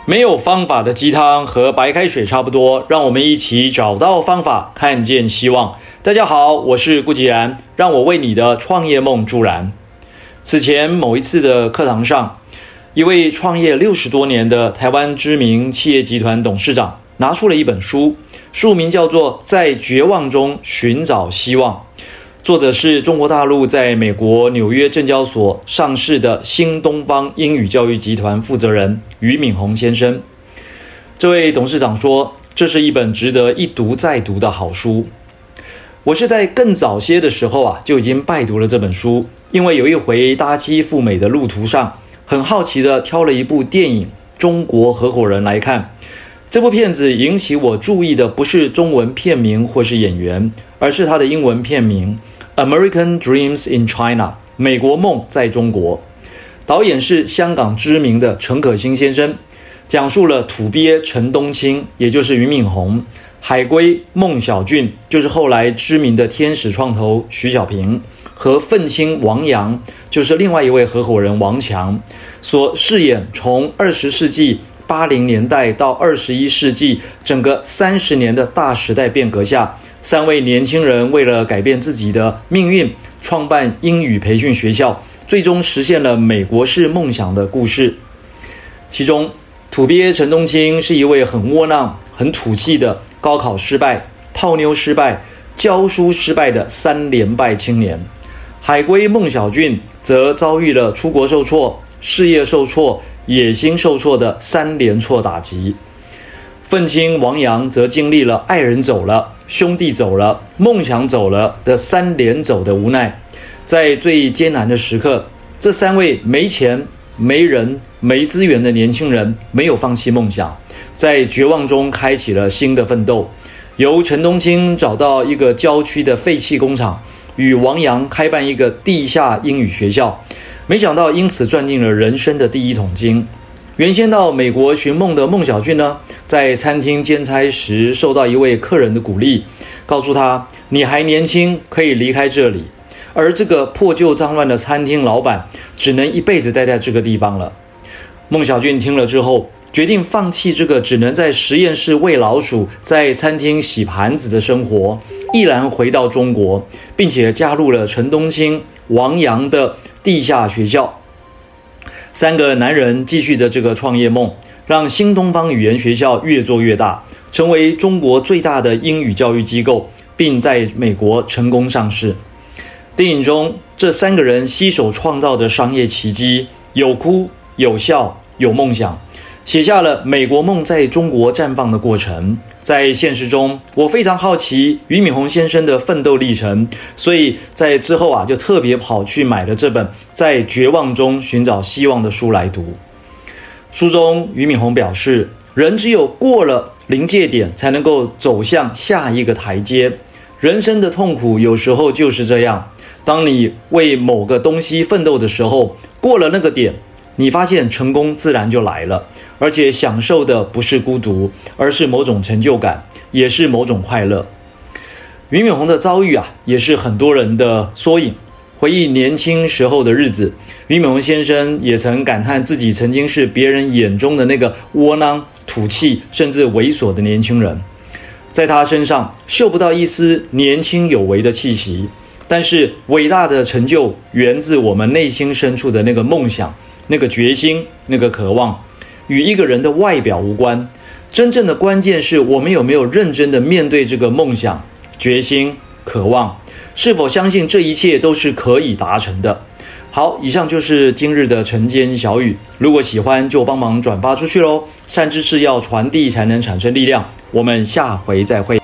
没有方法的鸡汤和白开水差不多，让我们一起找到方法，看见希望。大家好，我是顾吉然，让我为你的创业梦助燃。此前某一次的课堂上，一位创业60多年的台湾知名企业集团董事长拿出了一本书，书名叫做《在绝望中寻找希望》，作者是中国大陆在美国纽约证交所上市的新东方英语教育集团负责人俞敏洪先生。这位董事长说，这是一本值得一读再读的好书。我是在更早些的时候就已经拜读了这本书，因为有一回搭机赴美的路途上，很好奇的挑了一部电影《中国合伙人》来看。这部片子引起我注意的不是中文片名或是演员，而是它的英文片名 American Dreams in China， 美国梦在中国。导演是香港知名的陈可辛先生，讲述了土鳖陈冬青，也就是俞敏洪，海归孟小俊，就是后来知名的天使创投徐小平，和愤青王阳，就是另外一位合伙人王强，所饰演从20世纪80年代到21世纪整个30年的大时代变革下，3位年轻人为了改变自己的命运，创办英语培训学校，最终实现了美国式梦想的故事。其中土鳖陈冬青是一位很窝囊、很土气的高考失败、泡妞失败、教书失败的3连败青年。海归孟小俊则遭遇了出国受挫、事业受挫、野心受挫的3连挫打击。愤青王阳则经历了爱人走了、兄弟走了、梦想走了的3连走的无奈。在最艰难的时刻，这3位没钱、没人、没资源的年轻人没有放弃梦想，在绝望中开启了新的奋斗。由陈冬青找到一个郊区的废弃工厂，与王阳开办一个地下英语学校，没想到因此赚进了人生的第一桶金。原先到美国寻梦的孟小俊呢，在餐厅兼差时受到一位客人的鼓励，告诉他你还年轻，可以离开这里。而这个破旧脏乱的餐厅老板只能一辈子待在这个地方了。孟小俊听了之后，决定放弃这个只能在实验室喂老鼠、在餐厅洗盘子的生活，毅然回到中国，并且加入了陈冬青、王阳的地下学校。3个男人继续着这个创业梦，让新东方语言学校越做越大，成为中国最大的英语教育机构，并在美国成功上市。电影中这3个人携手创造着商业奇迹，有哭有笑有梦想，写下了美国梦在中国绽放的过程。在现实中，我非常好奇俞敏洪先生的奋斗历程，所以在之后就特别跑去买了这本《在绝望中寻找希望》的书来读。书中俞敏洪表示，人只有过了临界点，才能够走向下一个台阶。人生的痛苦有时候就是这样，当你为某个东西奋斗的时候，过了那个点，你发现成功自然就来了，而且享受的不是孤独，而是某种成就感，也是某种快乐。俞敏洪的遭遇也是很多人的缩影。回忆年轻时候的日子，俞敏洪先生也曾感叹自己曾经是别人眼中的那个窝囊、土气甚至猥琐的年轻人。在他身上嗅不到一丝年轻有为的气息，但是伟大的成就源自我们内心深处的那个梦想、那个决心、那个渴望，与一个人的外表无关。真正的关键是我们有没有认真的面对这个梦想、决心、渴望，是否相信这一切都是可以达成的。好，以上就是今日的晨间小语，如果喜欢就帮忙转发出去咯。善知识要传递才能产生力量，我们下回再会。